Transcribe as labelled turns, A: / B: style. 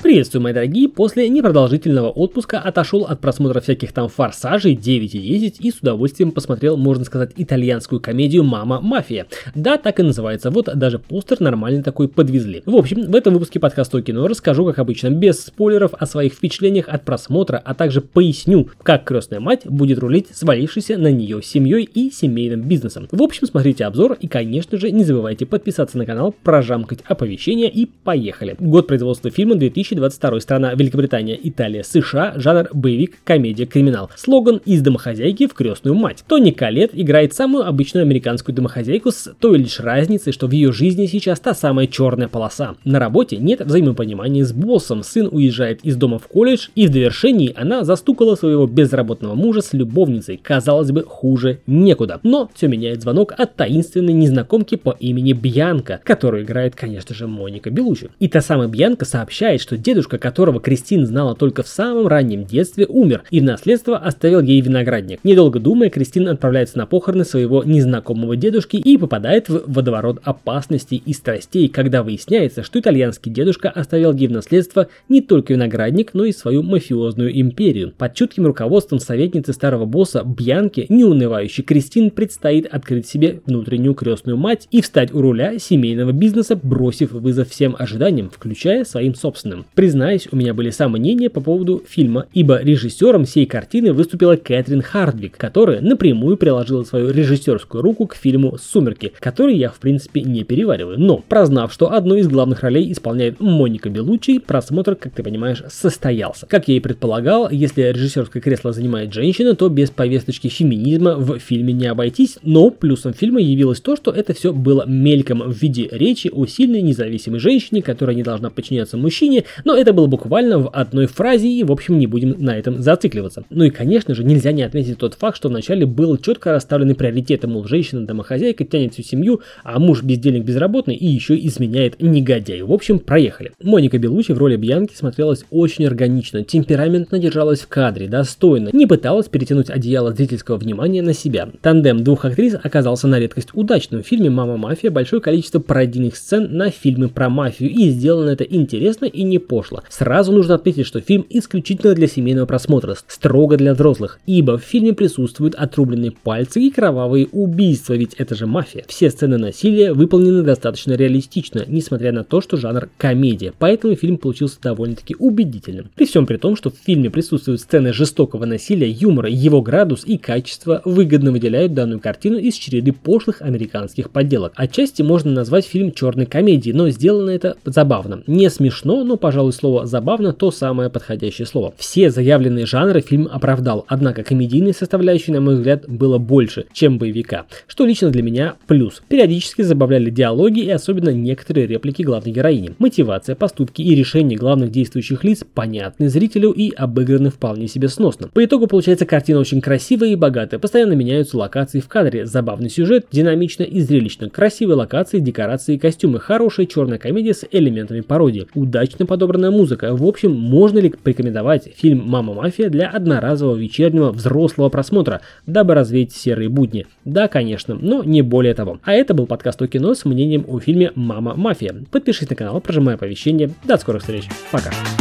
A: Приветствую, мои дорогие! После непродолжительного отпуска отошел от просмотра всяких там «Форсажей», 9 и 10 и с удовольствием посмотрел, можно сказать, итальянскую комедию «Мама Мафия». Да, так и называется, вот даже постер нормальный такой подвезли. В общем, в этом выпуске подкаста о кино расскажу, как обычно, без спойлеров о своих впечатлениях от просмотра, а также поясню, как крестная мать будет рулить свалившейся на нее семьей и семейным бизнесом. В общем, смотрите обзор и, конечно же, не забывайте подписаться на канал, прожамкать оповещения и поехали. Год производства фильма 2022. Страна Великобритания, Италия, США. Жанр боевик, комедия, криминал. Слоган «Из домохозяйки в крестную мать». Тони Коллетт играет самую обычную американскую домохозяйку с той лишь разницей, что в ее жизни сейчас та самая черная полоса. На работе нет взаимопонимания с боссом, сын уезжает из дома в колледж, и в довершении она застукала своего безработного мужа с любовницей. Казалось бы, хуже некуда. Но все меняет звонок от таинственной незнакомки по имени Бьянка, которую играет, конечно же, Моника Белуччи. И та самая Бьянка сообщает, что дедушка, которого Кристин знала только в самом раннем детстве, умер и в наследство оставил ей виноградник. Недолго думая, Кристин отправляется на похороны своего незнакомого дедушки и попадает в водоворот опасностей и страстей, когда выясняется, что итальянский дедушка оставил ей в наследство не только виноградник, но и свою мафиозную империю. Под чутким руководством советницы старого босса Бьянки, неунывающей Кристин предстоит открыть себе внутреннюю крестную мать и встать у руля семейного бизнеса, бросив вызов всем ожиданиям, включая своим собственным. Признаюсь, у меня были сомнения по поводу фильма, ибо режиссером всей картины выступила Кэтрин Хардвик, которая напрямую приложила свою режиссерскую руку к фильму «Сумерки», который я в принципе не перевариваю. Но, прознав, что одну из главных ролей исполняет Моника Белуччи, просмотр, как ты понимаешь, состоялся. Как я и предполагал, если режиссерское кресло занимает женщина, то без повесточки феминизма в фильме не обойтись, но плюсом фильма явилось то, что это все было мельком в виде речи о сильной независимой женщине, которая не должна подчиняться мужчине, но это было буквально в одной фразе, и, в общем, не будем на этом зацикливаться. Ну и, конечно же, нельзя не отметить тот факт, что вначале был четко расставлены приоритеты, мол, женщина-домохозяйка тянет всю семью, а муж бездельник безработный и еще изменяет негодяй. В общем, проехали. Моника Белуччи в роли Бьянки смотрелась очень органично, темпераментно держалась в кадре, достойно, не пыталась перетянуть одеяло зрительского внимания на себя. Тандем двух актрис оказался на редкость удачным. В фильме «Мама Мафия» большое количество пародийных сцен на фильмы про мафию, и сделано это интересно и не пошло. Сразу нужно отметить, что фильм исключительно для семейного просмотра, строго для взрослых, ибо в фильме присутствуют отрубленные пальцы и кровавые убийства, ведь это же мафия. Все сцены насилия выполнены достаточно реалистично, несмотря на то, что жанр комедия, поэтому фильм получился довольно-таки убедительным. При всем при том, что в фильме присутствуют сцены жестокого насилия, юмора, его градус и качество выгодно выделяют данную картину из череды пошлых американских подделок. Отчасти можно назвать фильм черной комедией, но сделано это забавно. Не смешно, но, пожалуй, слово «забавно» то самое подходящее слово. Все заявленные жанры фильм оправдал, однако комедийной составляющей, на мой взгляд, было больше, чем боевика, что лично для меня плюс. Периодически забавляли диалоги и особенно некоторые реплики главной героини. Мотивация, поступки и решения главных действующих лиц понятны зрителю и обыграны вполне себе сносно. По итогу получается картина очень красивая и богатая, постоянно меняются локации в кадре, забавный сюжет, динамично и зрелищно, красивые локации, декорации и костюмы, хорошая черная комедия с элементами пародии, удачно подобранная музыка. В общем, можно ли порекомендовать фильм «Мама Мафия» для одноразового вечернего взрослого просмотра, дабы развеять серые будни? Да, конечно, но не более того. А это был подкаст о кино с мнением о фильме «Мама Мафия». Подпишись на канал, прожимай оповещения. До скорых встреч. Пока.